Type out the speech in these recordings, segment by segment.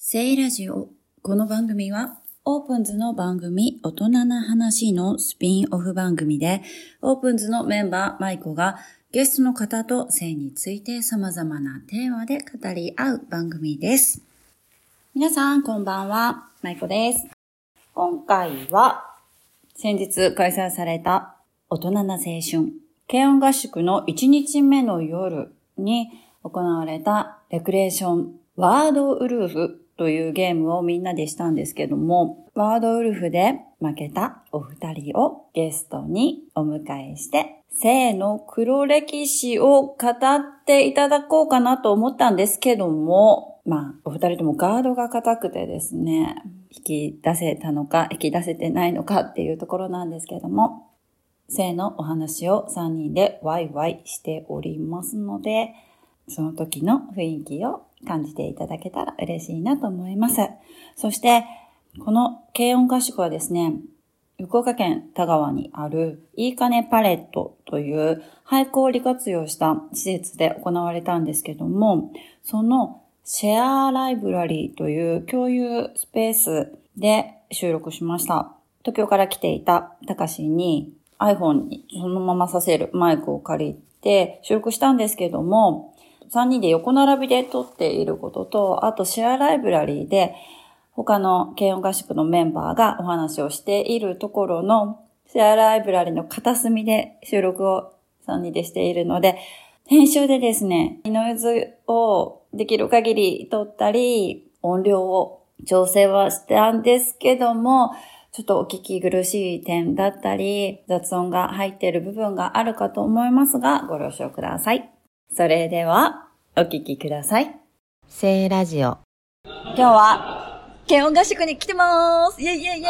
セイラジオ。この番組はオープンズの番組大人な話のスピンオフ番組で、オープンズのメンバーマイコがゲストの方と性について様々なテーマで語り合う番組です。皆さんこんばんは、マイコです。今回は先日開催された大人な青春軽音合宿の1日目の夜に行われたレクレーションワードウルフというゲームをみんなでしたんですけども、ワードウルフで負けたお二人をゲストにお迎えして、性の黒歴史を語っていただこうかなと思ったんですけども、お二人ともガードが硬くてですね、引き出せたのか引き出せてないのかっていうところなんですけども、性のお話を3人でワイワイしておりますので、その時の雰囲気を感じていただけたら嬉しいなと思います。そして、この軽音合宿はですね、福岡県田川にあるいいかねパレットという俳句を利活用した施設で行われたんですけども、そのシェアライブラリーという共有スペースで収録しました。東京から来ていたたかしに iPhone にそのままさせるマイクを借りて収録したんですけども、3人で横並びで撮っていることと、あとシェアライブラリーで他の軽音合宿のメンバーがお話をしているところのシェアライブラリーの片隅で収録を3人でしているので、編集でですね、ノイズをできる限り撮ったり、音量を調整はしたんですけども、ちょっとお聞き苦しい点だったり、雑音が入っている部分があるかと思いますが、ご了承ください。それでは、お聞きください。 聖ラジオ。 今日は、軽音合宿に来てまーす。イェイイェイイ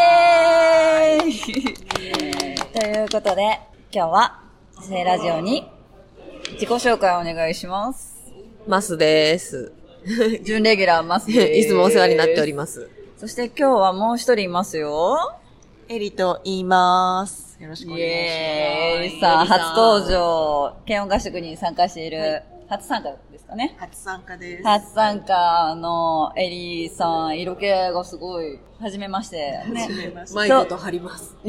ェイということで、今日は、聖ラジオに自己紹介をお願いします。 マスです。 準レギュラーマスです。 いつもお世話になっております。 そして今日はもう一人いますよ。 エリと言います。よろしくお願いします。 イエーイさあ、初登場、軽音合宿に参加している、はい、初参加ですかね。 初参加です。 初参加のエリさん、色気がすごい、はじめまして。 ね、はじめまして。 マイクと貼ります。 い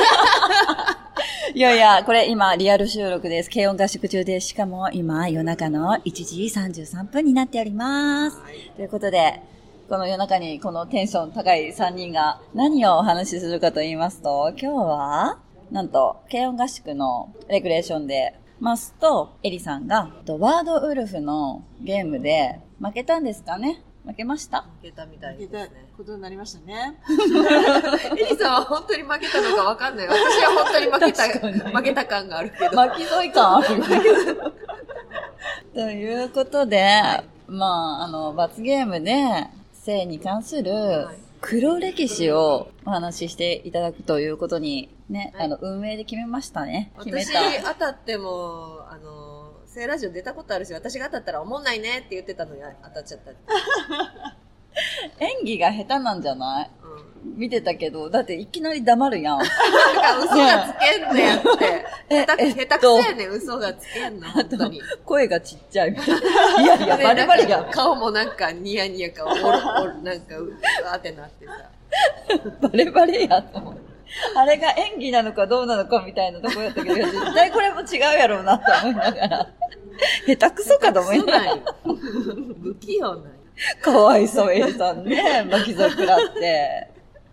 やいや、これ今リアル収録です。軽音合宿中で、しかも今夜中の1時33分になっております。はい、ということで、この夜中にこのテンション高い3人が何をお話しするかと言いますと、今日は、なんと、軽音合宿のレクレーションで、マスとエリさんが、ワードウルフのゲームで負けたんですかね？負けました？ 負けたみたいですね。 負けたことになりましたね。 エリさんは本当に負けたのかわかんない。私は本当に負けた感があるけど。 負け添い感あるけど。ということで、罰ゲームで、性に関する黒歴史をお話ししていただくということにね、はい、運営で決めましたね。 私当たっても、性ラジオ出たことあるし、私が当たったらおもんないねって言ってたのに当たっちゃった。 演技が下手なんじゃない？見てたけど、だっていきなり黙るやん。 なんか嘘がつけんねやって。下手くそやねん、嘘がつけんの、本当に。 声がちっちゃい。いやいや、バレバレや。 顔もなんかニヤニヤか、なんか、うわーってなってさ。 バレバレやと思う。あれが演技なのかどうなのかみたいなところやったけど、絶対これも違うやろうなと思いながら。下手くそかと思いながら。 不器用ない。 かわいそう、エリさんね。巻き添え食らって。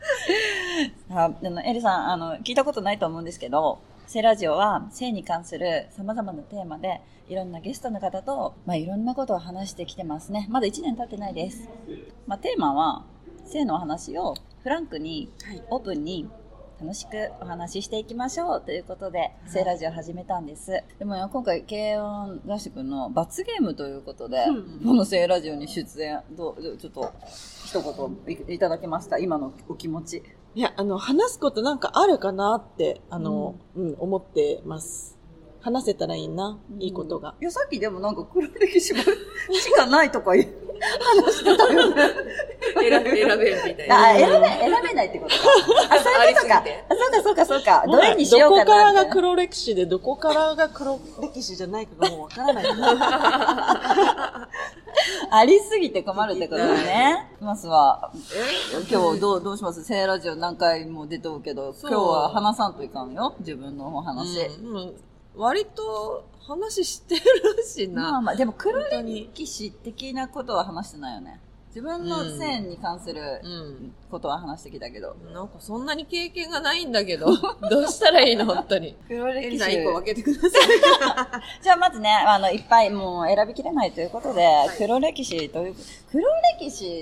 エリさん、聞いたことないと思うんですけど、性ラジオは性に関する様々なテーマで、いろんなゲストの方と、いろんなことを話してきてますね。まだ1年経ってないです。テーマは、性の話をフランクに、オープンに、楽しくお話ししていきましょうということで、性ラジオ始めたんです。でも今回、軽音合宿の罰ゲームということで、この性ラジオに出演、ちょっと、一言いただけますか？今のお気持ち。 いや、話すことなんかあるかなって、思ってます。話せたらいいな、いいことが。 いや、さっきでもなんか黒歴史しかないとか話してたよね。 選べるみたいな。 選べないってことか。そういうことか。そうか。どれにしようかな。 どこからが黒歴史で、どこからが黒歴史じゃないかがもうわからない。 ありすぎて困るってことだね。まずは、今日どうします？聖ラジオ何回も出とうけど、今日は話さんといかんよ。自分のお話。 割と話してるしな。 まあでも黒歴史的なことは話してないよね。自分の性に関することは話してきたけど。 なんかそんなに経験がないんだけど、どうしたらいいの本当に。 黒歴史。 1個分けてください。 じゃあまずね、いっぱいもう選びきれないということで、黒歴史という、黒歴史って、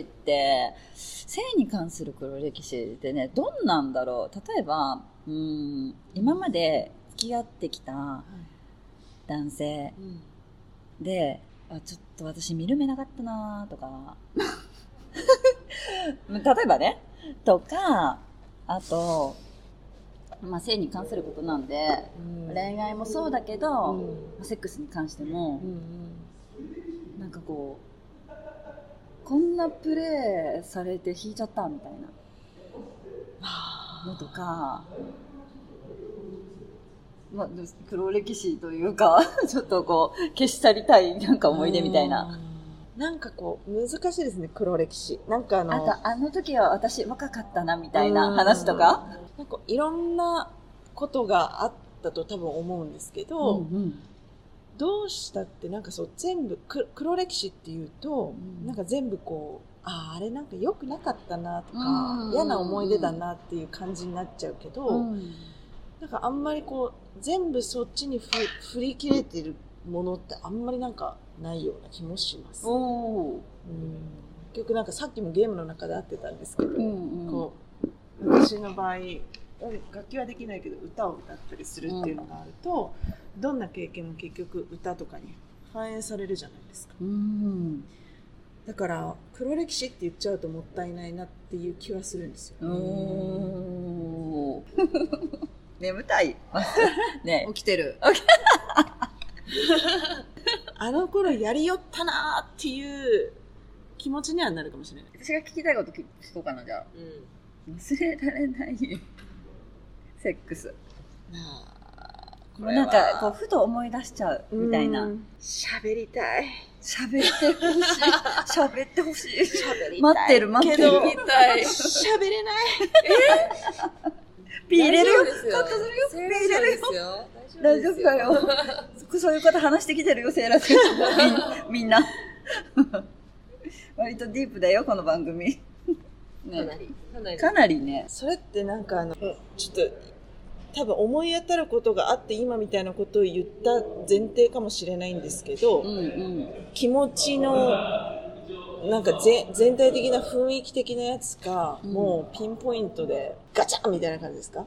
性に関する黒歴史ってね、どんなんだろう。例えば、今まで付き合ってきた男性で、ちょっと私見る目なかったなとか例えばねとか、あと性に関することなんで、恋愛もそうだけど、セックスに関しても、なんかこんなプレーされて引いちゃったみたいなのとか、黒歴史というかちょっと消し去りたいなんか思い出みたいな。 なんか難しいですね、黒歴史。なんかあの時は私若かったなみたいな話とか、 なんかいろんなことがあったと多分思うんですけど、どうしたってなんか全部黒歴史っていうと、なんか全部あれなんか良くなかったなとか、嫌な思い出だなっていう感じになっちゃうけど、なんかあんまり全部そっちに振り切れてるものってあんまりなんかないような気もします。結局なんかさっきもゲームの中で会ってたんですけど、私の場合楽器はできないけど歌を歌ったりするっていうのがあると、どんな経験も結局歌とかに反映されるじゃないですか。だから黒歴史って言っちゃうともったいないなっていう気はするんですよ。 眠たいね。 起きてる。 あの頃やりよったなーっていう気持ちにはなるかもしれない。 私が聞きたいこと聞こうかな、じゃあ。忘れられないセックス。なんかふと思い出しちゃうみたいな。 喋りたい。 喋ってほしい。 喋りたい。 待ってる。 喋れない。 ピー入れるよ。 カットするよ。 ピー入れるよ。 大丈夫だよ。 そういう方話してきてるよ、セーラーみんな。割とディープだよ、この番組。かなりね。 それってなんかちょっと多分思い当たることがあって今みたいなことを言った前提かもしれないんですけど、気持ちのなんか全体的な雰囲気的なやつか、もうピンポイントでガチャンみたいな感じですか？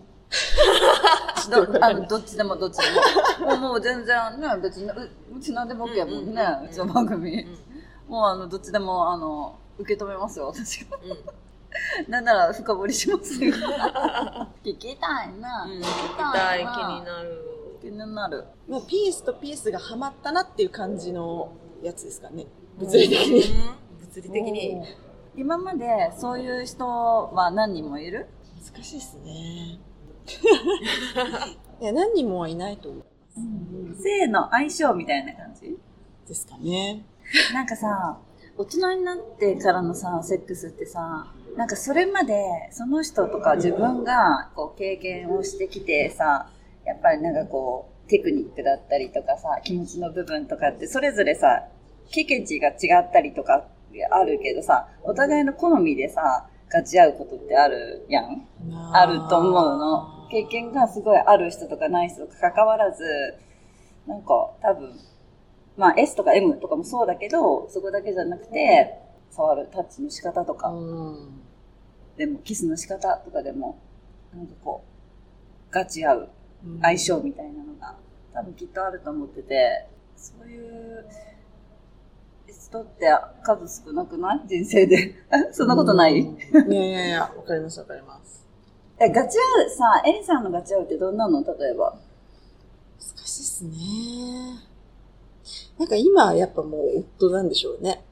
どっちでも。もう全然ね、別にうちなんでも OK やもんね、うちの番組。もうどっちでも受け止めますよ、私が。なんなら深掘りしますよ。聞きたいな。 聞きたい、気になる。 ピースとピースがハマったなっていう感じのやつですかね、物理的に。 今までそういう人は何人もいる？ 難しいですね。いや、何人もはいないと思います。 性の相性みたいな感じですかね。 なんかさ、大人になってからのさ、セックスってさ、なんかそれまでその人とか自分が経験をしてきてさ、やっぱりなんかテクニックだったりとかさ、気持ちの部分とかってそれぞれさ、経験値が違ったりとかあるけどさ、お互いの好みでさ、勝ち合うことってあるやん。あると思うの。経験がすごいある人とかない人とか関わらず、なんか多分、S とか M とかもそうだけど、そこだけじゃなくて、触るタッチの仕方とか、でもキスの仕方とかでも、なんかガチ合う相性みたいなのが多分きっとあると思ってて、そういう人って数少なくない？人生で。そんなことない？ いや、わかります。 ガチ合うさ、エリさんのガチ合うってどんなの？例えば。 難しいっすね。なんか今やっぱもう夫なんでしょうね。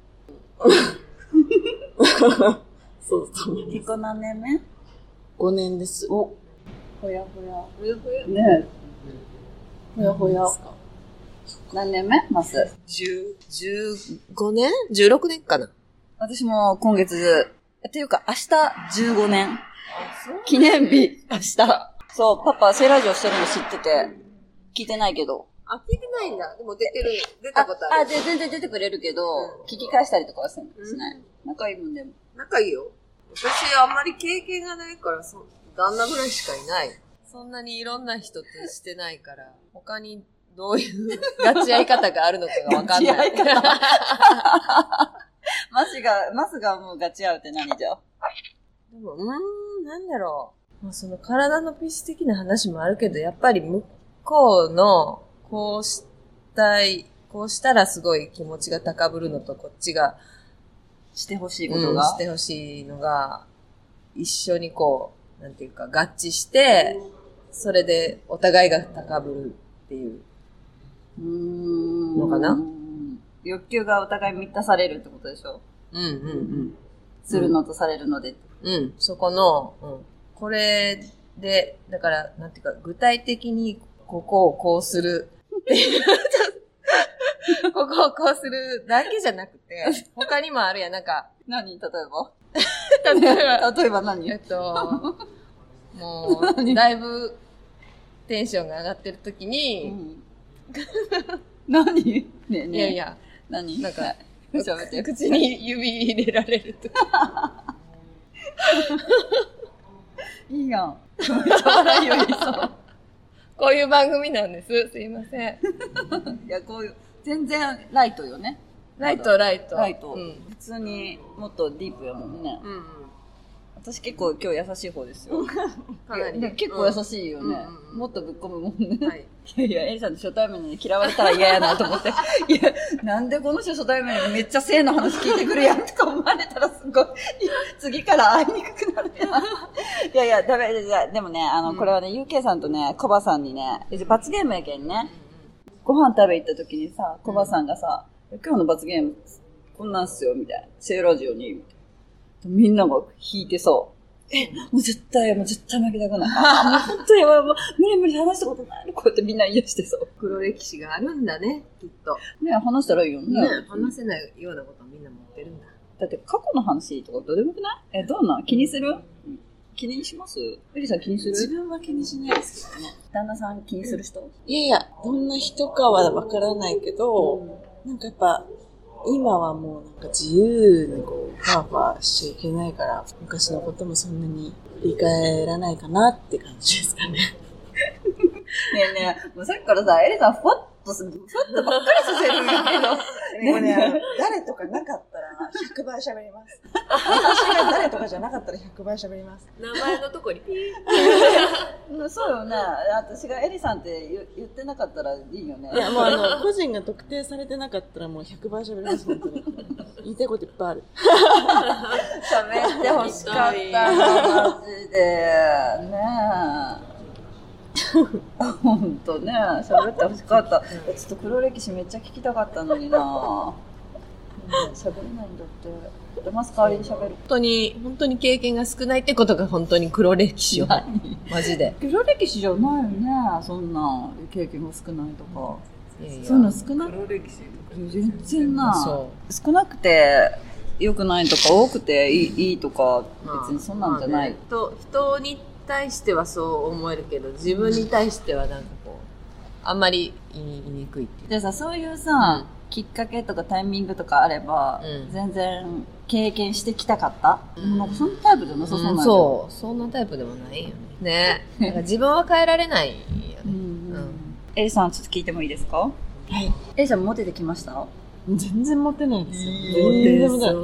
そうそう。 結婚何年目 ？5年です。 お、ほやほや。ねえ。ほやほや。 何年目マス。 15年 ?16 年かな。 私も今月、っていうか明日15年。記念日、明日。そう、パパ、セイラジオしてるの知ってて、聞いてないけど。 あ、聞いてないんだ。でも出たことある。 全然出てくれるけど、聞き返したりとかはしない。仲いいもんでも。 仲いいよ。私あんまり経験がないから、旦那ぐらいしかいない。そんなにいろんな人としてないから、他にどういうガチ合い方があるのかがわかんない。 マスがもうガチ合うって何じゃ？ でも、なんだろう。まあ、その体のピース的な話もあるけど、やっぱり向こうの、こうしたらすごい気持ちが高ぶるのと、こっちが、 してほしいことが、 してほしいのが、一緒にこう、なんていうか、合致して、それでお互いが高ぶるっていうのかな。 欲求がお互い満たされるってことでしょ？するのとされるので。 そこの、これで、だから、なんていうか、具体的にここをこうするっていう、ここをこうするだけじゃなくて、他にもあるやん、なんか。 何？例えば例えば何？ もう、だいぶテンションが上がってる時に、 何？ねえねえ。 いやいや、 何？ なんか、口に指入れられるとか。 いいやん。めっちゃ笑いよりそう。 こういう番組なんです。すいません。 いや、こういう、全然ライトよね。 ライト。 普通にもっとディープやもんね。私結構今日優しい方ですよ。 かなり。 結構優しいよね。もっとぶっ込むもんね。はい。いや、エリさんと初対面に嫌われたら嫌やなと思って。いや、なんでこの人初対面にめっちゃ性の話聞いてくるやんとか思われたらすごい、次から会いにくくなるやん。いや、ダメ。でもね、これはね、UK さんとね、コバさんにね、罰ゲームやけんね。ご飯食べ行った時にさ、コバさんがさ、今日の罰ゲーム、こんなんっすよ、みたいな。セイラジオに、みたいな。みんなが引いてさ、もう絶対負けたくない。もう本当にもう無理話したことない。こうやってみんな言い出してさ。 黒歴史があるんだね、きっと。 ね、話したらいいよね。 話せないようなことみんな持ってるんだ。 だって過去の話とかどうでもよくない？どうなん？気にする？気にします？エリさん気にする？ 自分は気にしないですけどね。 旦那さん気にする人？ いや、どんな人かはわからないけど、なんかやっぱ、今はもうなんか自由にこう、パーパーしちゃいけないから、昔のこともそんなに振り返らないかなって感じですかね。 ねえねえ、もうさっきからさ、エリさんふわっとばっかりさせるんだけど。 でもね、誰とかなかったら100倍喋ります。私が誰とかじゃなかったら100倍喋ります。 名前のとこにピー。そうよね。私がエリさんって言ってなかったらいいよね。 いや、もう個人が特定されてなかったらもう100倍喋ります、本当に。言いたいこといっぱいある。 喋ってほしかったな、マジで。ねえ。ほんとね、喋ってほしかった。ちょっと黒歴史めっちゃ聞きたかったのにな。喋れないんだって。ダマス代わりに喋る。 本当に経験が少ないってことが本当に黒歴史よ。マジで。 黒歴史じゃないよね。そんな経験が少ないとか。 そういうの少ない。黒歴史全然な。少なくて良くないとか多くていいとか別にそんなんじゃない。 人に対してはそう思えるけど、自分に対してはなんかこう、あんまり言いにくいっていう。 じゃあさ、そういうさ、きっかけとかタイミングとかあれば、全然経験してきたかった？なんかそんなタイプじゃなさそうなんだよ。 そんなタイプでもないよね。ね。なんか自分は変えられないよね。 エリさんちょっと聞いてもいいですか？はい。エリさんモテてきました？ 全然モテないですよ。 全然モテない。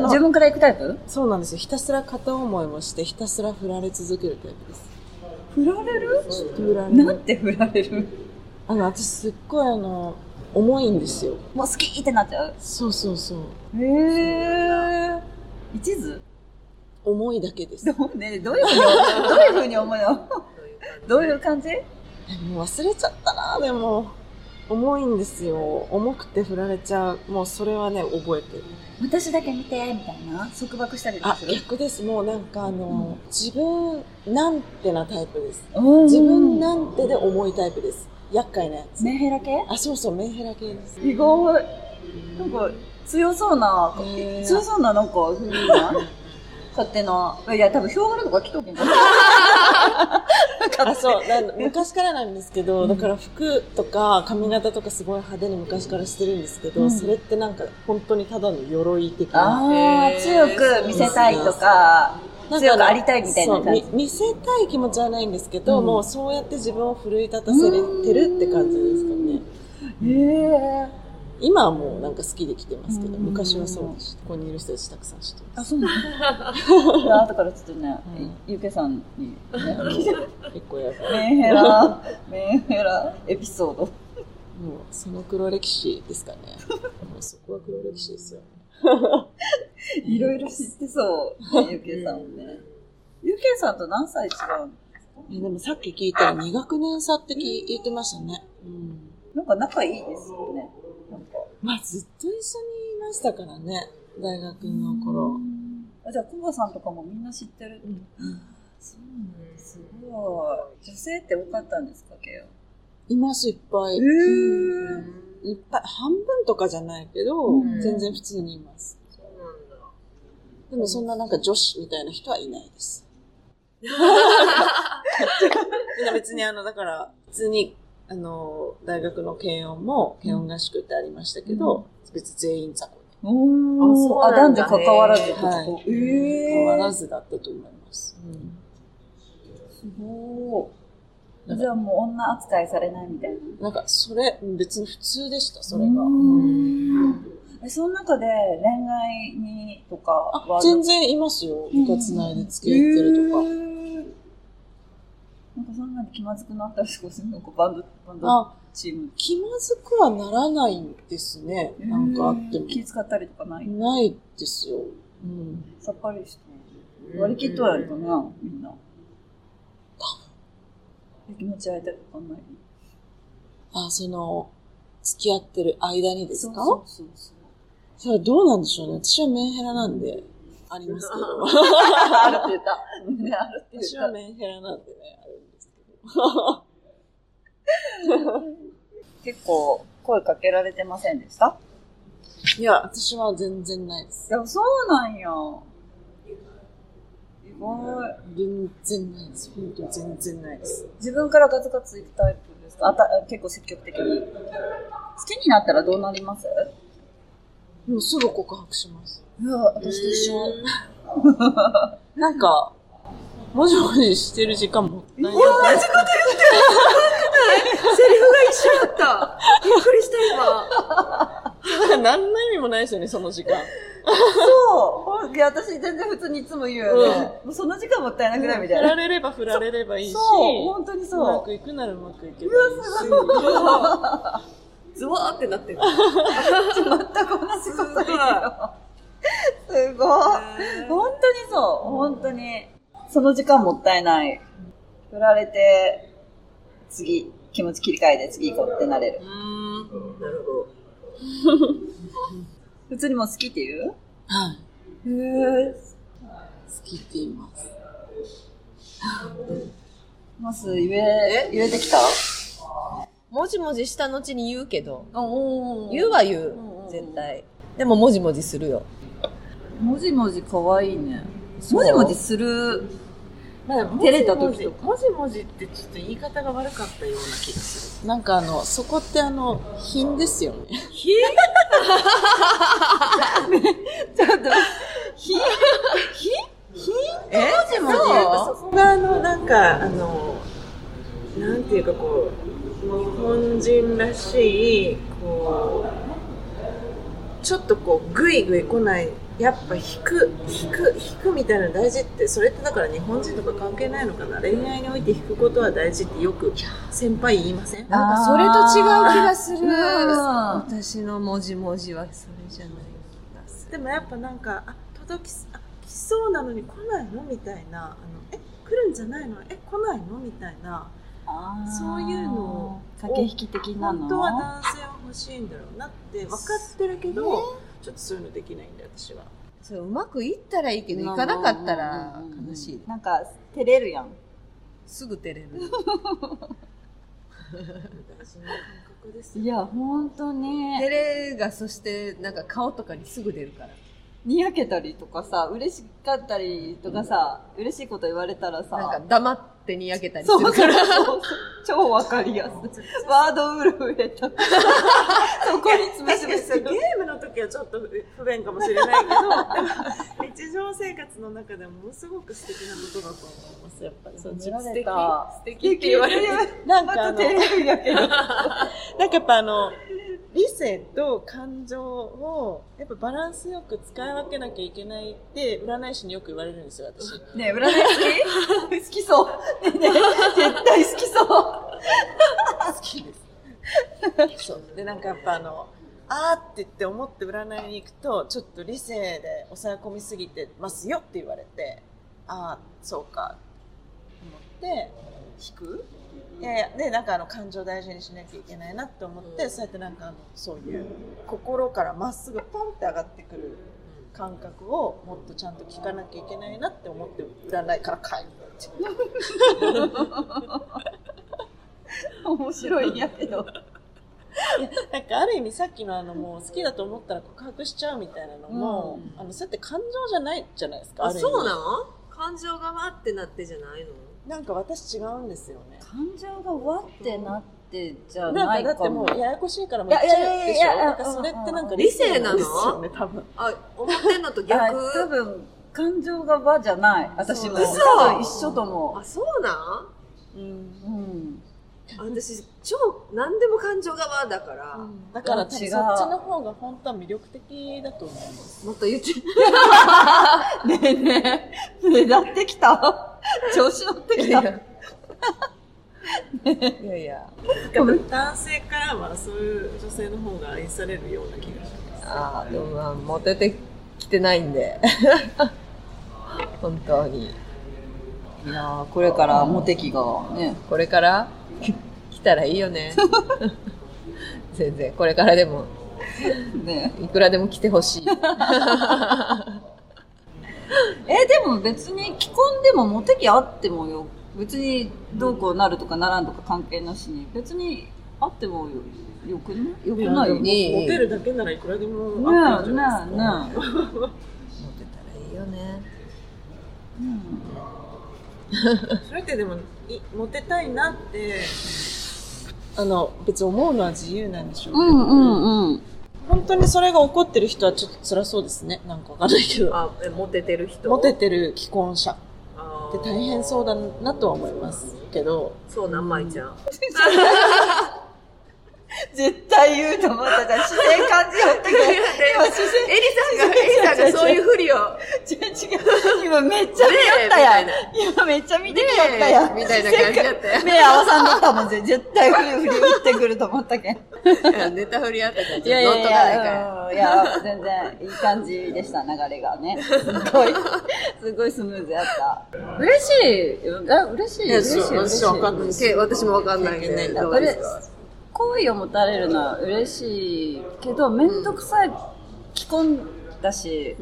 自分から行くタイプ？ そうなんですよ。ひたすら片思いをして、ひたすら振られ続けるタイプです。 振られる？ 振られる。 なんて振られる？ 私すっごい重いんですよ。 もう好きってなっちゃう？ そう。 へー。一途？ 重いだけです。 どういうふうに思うの？どういう感じ？ もう忘れちゃったな。でも重いんですよ。重くて振られちゃう。もうそれはね、覚えてる。 私だけ見てみたいな束縛したりとかする？ 逆です。もうなんか自分なんてなタイプです。自分なんてで重いタイプです。 厄介なやつ。 メンヘラ系？ あ、そうそう、メンヘラ系です。 意外。なんか、強そうな、なんか、風な勝手な。いや、多分、ヒョウ柄とか着とくんじゃないあ、そう。昔からなんですけど、だから服とか髪型とかすごい派手に昔からしてるんですけど、それってなんか本当にただの鎧的な。 強く見せたいとか、強くありたいみたいな感じ。 見せたい気持ちはないんですけど、もうそうやって自分を奮い立たせてるって感じですかね。今はもうなんか好きで来てますけど、昔はそうでした。ここにいる人たちたくさん知ってます。 あ、そうなんだ。後からちょっとね、ゆうけさんに、 結構やばい。メンヘラエピソード。 もうその黒歴史ですかね。もうそこは黒歴史ですよ。 いろいろ知ってそう、ゆうけさんもね。ゆうけさんと何歳違うんですか？ でもさっき聞いたら2学年差って言ってましたね。 なんか仲いいですよね。 まあずっと一緒にいましたからね、大学の頃。 じゃあ、コバさんとかもみんな知ってる。そうなんです。すごい。女性って多かったんですか、ケア？ います、いっぱい。いっぱい。半分とかじゃないけど、全然普通にいます。そうなんだ。でもそんななんか女子みたいな人はいないです。別にだから、普通に、大学の検温も、検温合宿ってありましたけど、別に全員雑魚で。 男女関わらずってこと？ 関わらずだったと思います。 すごい。じゃあもう女扱いされないみたいな。 なんか、別に普通でした、それが。 その中で恋愛にとかは全然いますよ。部活内で付き合ってるとか。 なんかそんなに気まずくなったりとかするのか、バンドチーム。 気まずくはならないんですね。なんかあっても。 気使ったりとかない？ ないですよ。 さっぱりして。割り切っとやるかな、みんな。気持ち相手とかない？ 付き合ってる間にですか？ そう。 それはどうなんでしょうね。私はメンヘラなんで、ありますけど。 あるって言った。 私はメンヘラなんでね、あるんですけど。 結構、声かけられてませんでした？ いや、私は全然ないです。 いや、そうなんや。 全然ないです。本当に全然ないです。 自分からガツガツいくタイプですか？結構積極的に。好きになったらどうなります？ もうすぐ告白します。 いや、私と一緒。 なんか、もじもじしてる時間もったいない。 同じこと言ってる。セリフが一緒だった。びっくりした今。 何の意味もないですよね、その時間。 そう。いや、私全然普通にいつも言うよね。もうその時間もったいなくないみたいな。 振られれば振られればいいし。 そう、本当にそう。 うまくいくならうまくいけばいいし。 ズワーってなってる。 全く同じこと言うよ。すごい。本当にそう。本当に。その時間もったいない。振られて、次、気持ち切り替えて次行こうってなれる。 なるほど。 普通にもう好きって言う？ はい。 好きって言います。 まず言えてきた？ もじもじした後に言うけど。言うは言う。絶対。でももじもじするよ。 もじもじかわいいね。もじもじする。照れた時とか。 もじもじってちょっと言い方が悪かったような気がする。なんかそこって品ですよね。 品？ ちょっと、品？もじもじ？ そこがなんかなんていうかこう、日本人らしい、こう、ちょっとこう、ぐいぐい来ない、やっぱ引くみたいなの大事って、それってだから日本人とか関係ないのかな。恋愛において引くことは大事ってよく先輩言いません？ なんかそれと違う気がする。私のもじもじはそれじゃない気がする。 でもやっぱなんか、来そうなのに来ないのみたいな、来るんじゃないの？来ないのみたいな。そういうのを駆け引き的なの？ 本当は男性は欲しいんだろうなって分かってるけど、ちょっとそういうのできないんで私は。 それうまくいったらいいけど、いかなかったら悲しい。 なんか照れるやん。 すぐ照れる。 大事な感覚ですよ。 いや、ほんと照ね。 れが、そしてなんか顔とかにすぐ出るから。 にやけたりとかさ、嬉しかったりとかさ、嬉しいこと言われたらさ、 なんか黙ってにやけたりすそうそうるから。 そう。超わかりやすい。ワードウルフへと。そこに詰め確かにさ、ゲームの時はちょっと不便かもしれないけど、日常生活の中でもものすごく素敵なことだと思います、やっぱり。 褒めら素敵れた。 素敵って言われて。 なんかまた照れるんやけど。 なんかやっぱ理性と感情をやっぱバランスよく使い分けなきゃいけないって占い師によく言われるんですよ、私。 ねえ、占い好き好きそう。ねえねえ絶対好きそう。 好きです。そう。で、なんかやっぱあーって言って思って占いに行くと、ちょっと理性で抑え込みすぎてますよって言われて、あー、そうか、と思って、引く？いやいや、で、なんか感情を大事にしなきゃいけないなって思って、そうやってなんかそういう心からまっすぐポンって上がってくる感覚をもっとちゃんと聞かなきゃいけないなって思って占いから帰るって。 面白いんやけど。 なんかある意味さっきのもう好きだと思ったら告白しちゃうみたいなのも、そうやって感情じゃないじゃないですか。 あ、そうなの？ の？感情がわってなってじゃないの？ なんか私違うんですよね。 感情がわってなってじゃなないかも。 んかだってもうややこしいからもう言っちゃうでしょ。なんかそれってなんか理性なの？ ですよね、多分。 あ、思ってんのと逆。 多分、感情が和じゃない。私も。 嘘多分一緒と思あ、そうなん？ うん。 う。うん。 私、何でも感情がわだから。 だから多分そっ違うちの方が本当は魅力的だと思います。 もっと言って。 ねえねえ、目立ってきた。調子乗ってきた。 いやいや。 男性からはそういう女性の方が愛されるような気がします。 ああ、でもまあ、モテてきてないんで。本当に。 いやー、これからモテ期がね。 これから来たらいいよね。全然、これからでも、 ねいくらでも来てほしい。 でも別に既婚でもモテ期あってもよ。別にどうこうなるとかならんとか関係なしに。別にあってもよくない？よくない？ モテるだけならいくらでもねあってるんじゃないですか。 ねモテたらいいよね。 それってでもモテたいなって別に思うのは自由なんでしょうけど、 うん。 本当にそれが起こってる人はちょっと辛そうですね。なんかわかんないけど。 あ、モテてる人？ モテてる既婚者あーって大変そうだなとは思いますけど。 そうなん、舞ちゃん。 絶対言うと思ったじゃん。自然感じよってくれ。今自然。 エリさんがそういうふりを。 違う。今めっちゃ見よったやん。 ね今めっちゃ見てきよったやん。 みたいな感じだったよ。 目合わさんだったもんぜ。絶対振り打ってくると思ったけん。 ネタ振りあったから、 いやい乗っとかないから。 やいや、全然いい感じでした、流れがね。すごいスムーズやった。嬉しいよ。嬉しい。 私はわかんないです。 私もわかんないんで、どうですか？ 好意を持たれるのは嬉しいけど、めんどくさい既婚だし、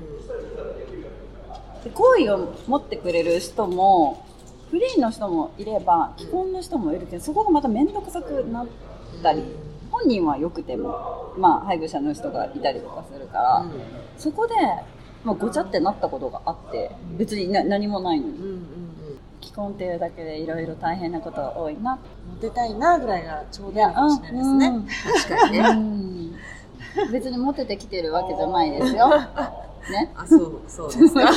好意を持ってくれる人も、フリーの人もいれば、既婚の人もいるけど、そこがまためんどくさくなったり、本人は良くても、まあ、配偶者の人がいたりとかするから、そこで、まあ、ごちゃってなったことがあって、別に何もないのに。既婚っていうだけでいろいろ大変なことが多いな。 モテたいなぐらいがちょうどいいかもしれないですね。 確かにね。 別にモテてきてるわけじゃないですよ。ね。 あ、そうですか。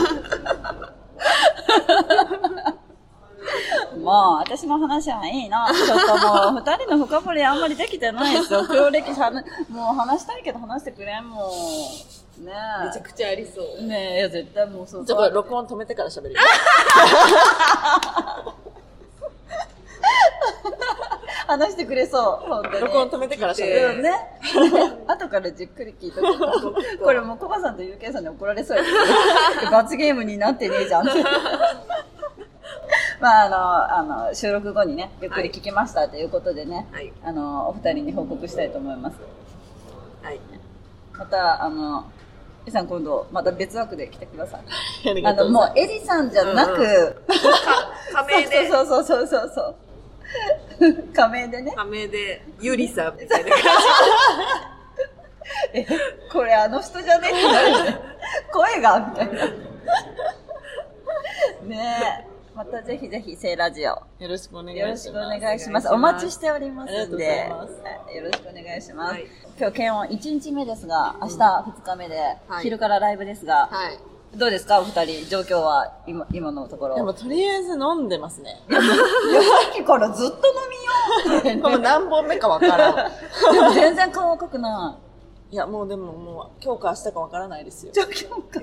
もう、私の話はいいな。ちょっともう、二人の深掘りあんまりできてないですよ。黒歴史もう話したいけど話してくれんもん。ねえ。 めちゃくちゃありそう。 ねえ、いや絶対もうそう。 ちょっと録音止めてから喋る。 話してくれそう。本当に。 録音止めてから喋る。 ね。後からじっくり聞いとく。これもうコバさんとユーケイさんに怒られそうやけど。罰ゲームになってねえじゃんって。まあ収録後にね、ゆっくり聞きましたということでね、 はい、 お二人に報告したいと思います。 はい。 また、エリさん今度、また別枠で来てください。もうエリさんじゃなく、 仮名で。 そう。 仮名でね。 仮名で、ゆりさんみたいな感これあの人じゃねってなるよね。声がみたいな。ねえ。またぜひぜひ、聖ラジオ。 じ。よろしくお願いします。 よろしくお願いします。お待ちしておりますんで。 ありがとうございますよろしくお願いします。 はい今日、検温1日目ですが、明日2日目で、 はい昼からライブですが、 はい。 どうですかお二人、状況は、今のところ。 でも、とりあえず飲んでますね。 いやさっきからずっと飲みよう。 これ何本目かわからん。 でも全然顔赤くないや、もう今日か明日かわからないですよ。 い。状況か。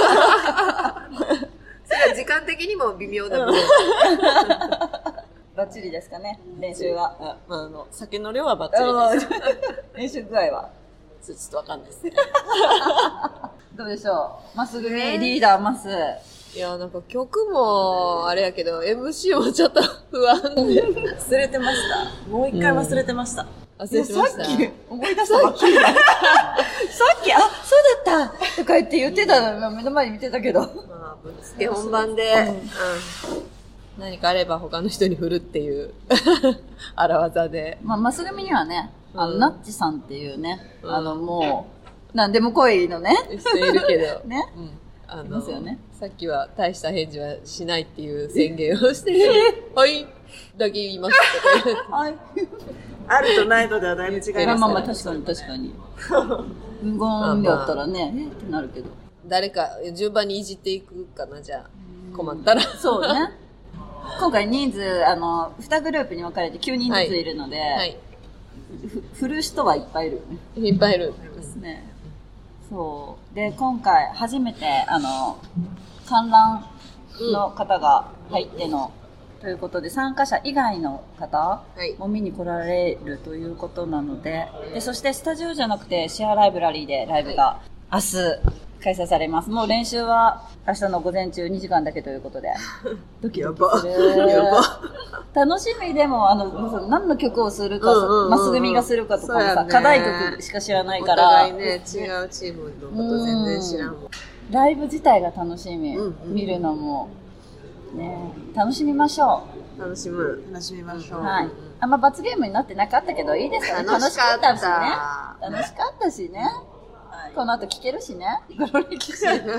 それは時間的にも微妙な部分。 バッチリですかね、練習は。 酒の量はバッチリです。 練習具合は。 ちょっとわかんないですね。 どうでしょうマス組、リーダーマス。 いや、なんか曲もあれやけど、MC もちょっと不安で。 忘れてました。 もう一回忘れてました。 忘れてました。 さっき思い出したばっかり。さっき、あ、そうだったとか言ってたの、目の前に見てたけど。 まあ、ぶっつけ本番で、何かあれば他の人に振るっていう荒技で。 まあ、マス組にはね、ナッチさんっていうね、 うんもう、なんでも来いのね。 人いるけど。 ね。 いますよねさっきは大した返事はしないっていう宣言をして、はいだけ言いましたとか言って。 はい。 あるとないとではだいぶ違いますから。 まあまあ、確かに確かに。無言だったらね、ってなるけど。 誰か順番にいじっていくかな、じゃあ。困ったら。 そうね。今回人数、2グループに分かれて9人ずついるので、 はい。 振る人はいっぱいいるよね。 いっぱいいる。 ですね。そう。で、今回初めて、観覧の方が入っての、ということで、参加者以外の方はいも見に来られるということなので、で、そしてスタジオじゃなくてシェアライブラリーでライブが明日開催されます。もう練習は明日の午前中2時間だけということで、ドキドキする。 やば。 楽しみでも、何の曲をするか、マス組がするかとかもさ、 そうやね課題曲しか知らないおから、 互いね、違うチームのこと全然知らんもん。 ライブ自体が楽しみ、見るのも、ね、楽しみましょ楽しむ。 楽しみましょう。 う。 はい。あんま罰ゲームになってなかったけど、いいですよね。 楽しかった楽しかったしね。楽しかったしね。この後聴けるしね。黒歴史。ね。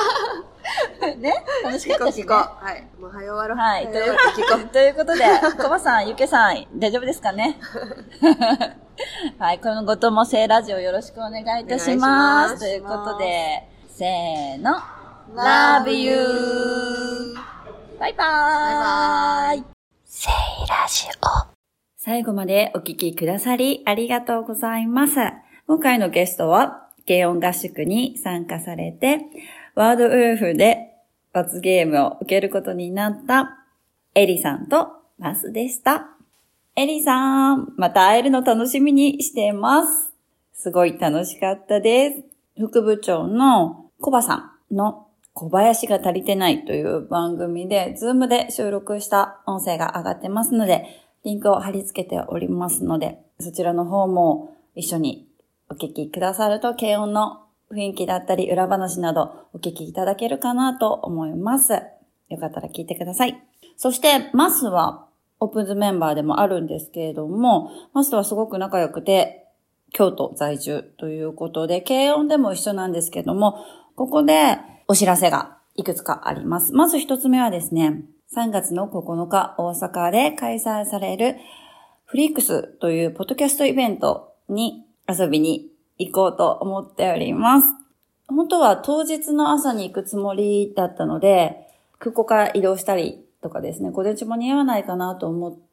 楽しかったしね。 はい。もう早終わろう。 はい。 早終わって聞こう。 ということで、コバさん、ゆけさん、大丈夫ですかねはい。今後とも聖ラジオよろしくお願いいたしまお願いしますす。ということで、せーの。Love you! バイバーイ。 バイバイ。 聖ラジオ。最後までお聞きくださりありがとうございます。今回のゲストは、軽音合宿に参加されて、ワードウルフで罰ゲームを受けることになったエリさんとマスでした。エリさん、また会えるの楽しみにしています。すごい楽しかったです。副部長のコバさんの小林が足りてないという番組で、ズームで収録した音声が上がってますので、リンクを貼り付けておりますので、そちらの方も一緒にお聞きくださると、軽音の雰囲気だったり、裏話などお聞きいただけるかなと思います。よかったら聞いてください。そして、マスはオープンズメンバーでもあるんですけれども、マスとはすごく仲良くて、京都在住ということで、軽音でも一緒なんですけども、ここでお知らせがいくつかあります。まず一つ目はですね、3月の9日大阪で開催されるフリークスというポッドキャストイベントに遊びに行こうと思っております。本当は当日の朝に行くつもりだったので、空港から移動したりとかですね、午前中間に合わないかなと思って、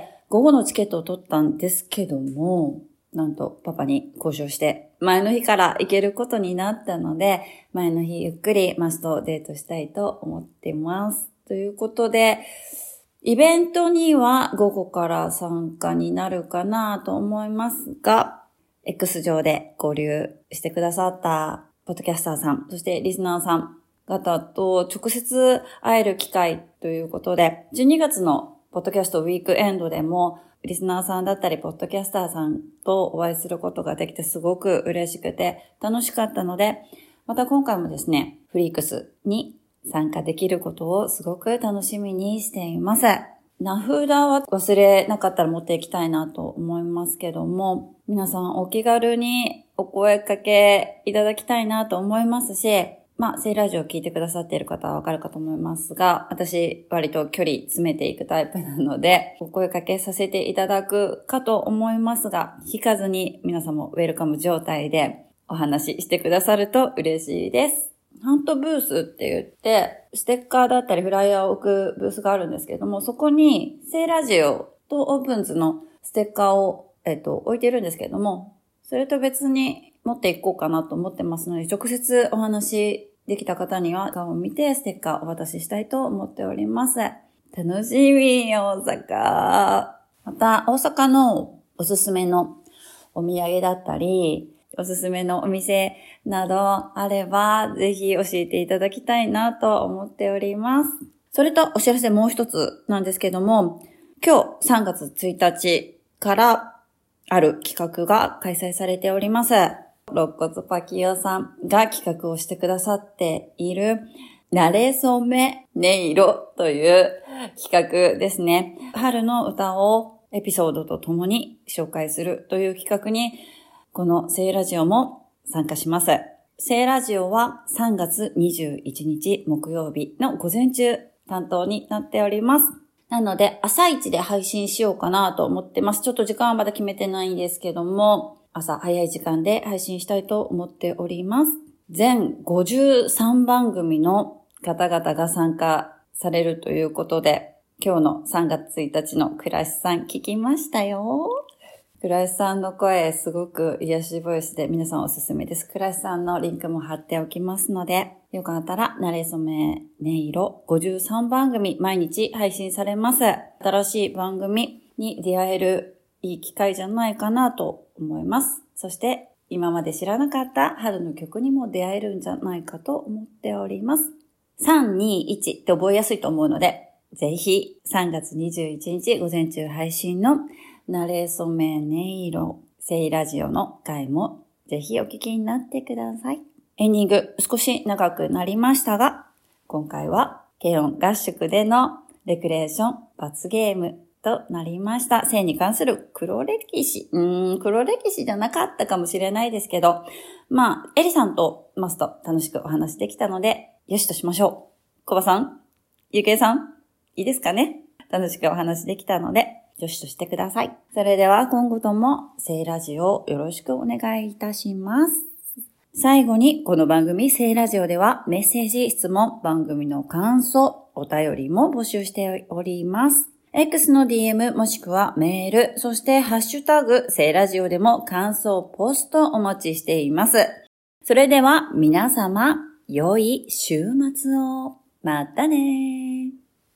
午後のチケットを取ったんですけども、なんとパパに交渉して、前の日から行けることになったので、前の日ゆっくりマスとデートしたいと思っています。ということで、イベントには午後から参加になるかなと思いますが、X 上で交流してくださったポッドキャスターさん、そしてリスナーさん方と直接会える機会ということで、12月のポッドキャストウィークエンドでも、リスナーさんだったり、ポッドキャスターさんとお会いすることができてすごく嬉しくて楽しかったので、また今回もですね、フリークスに参加できることをすごく楽しみにしています。 名札は忘れなかったら持っていきたいなと思いますけども、皆さんお気軽にお声かけいただきたいなと思いますし、セイラジオを聞いてくださっている方はわかるかと思いますが、私割と距離詰めていくタイプなので、お声かけさせていただくかと思いますが、引かずに皆さんもウェルカム状態でお話ししてくださると嬉しいです。ハントブースって言って、ステッカーだったりフライヤーを置くブースがあるんですけども、そこにセイラジオとオープンズのステッカーを、置いてるんですけども、それと別に持っていこうかなと思ってますので、直接お話できた方には顔を見てステッカーお渡ししたいと思っております。楽しみ、大阪。また、大阪のおすすめのお土産だったり、おすすめのお店などあれば、ぜひ教えていただきたいなと思っております。それとお知らせもう一つなんですけども、今日3月1日からある企画が開催されております。肋骨パキオさんが企画をしてくださっている、なれそめ音色という企画ですね。春の歌をエピソードとともに紹介するという企画に、このセイラジオも参加します。セイラジオは3月21日木曜日の午前中担当になっております。なので朝一で配信しようかなと思ってます。ちょっと時間はまだ決めてないんですけども、朝早い時間で配信したいと思っております。全53番組の方々が参加されるということで、今日の3月1日の倉石さん聞きましたよ。倉石さんの声すごく癒しボイスで皆さんおすすめです。倉石さんのリンクも貼っておきますので、よかったらなれそめ音色53番組毎日配信されます。新しい番組に出会えるいい機会じゃないかなと思います。そして今まで知らなかった春の曲にも出会えるんじゃないかと思っております。321って覚えやすいと思うので、ぜひ3月21日午前中配信のなれそめ音色セイラジオの回もぜひお聞きになってください。エンディング少し長くなりましたが、今回は軽音合宿でのレクレーション罰ゲームとなりました。性に関する黒歴史。黒歴史じゃなかったかもしれないですけど、エリさんとマスと楽しくお話できたので、よしとしましょう。コバさん、ゆけいさん、いいですかね？楽しくお話できたので、よしとしてください。それでは今後ともセイラジオをよろしくお願いいたします。最後にこの番組セイラジオではメッセージ、質問、番組の感想、お便りも募集しております。X の DM もしくはメール、そしてハッシュタグセイラジオでも感想、ポストお待ちしています。それでは皆様、良い週末を。またねー。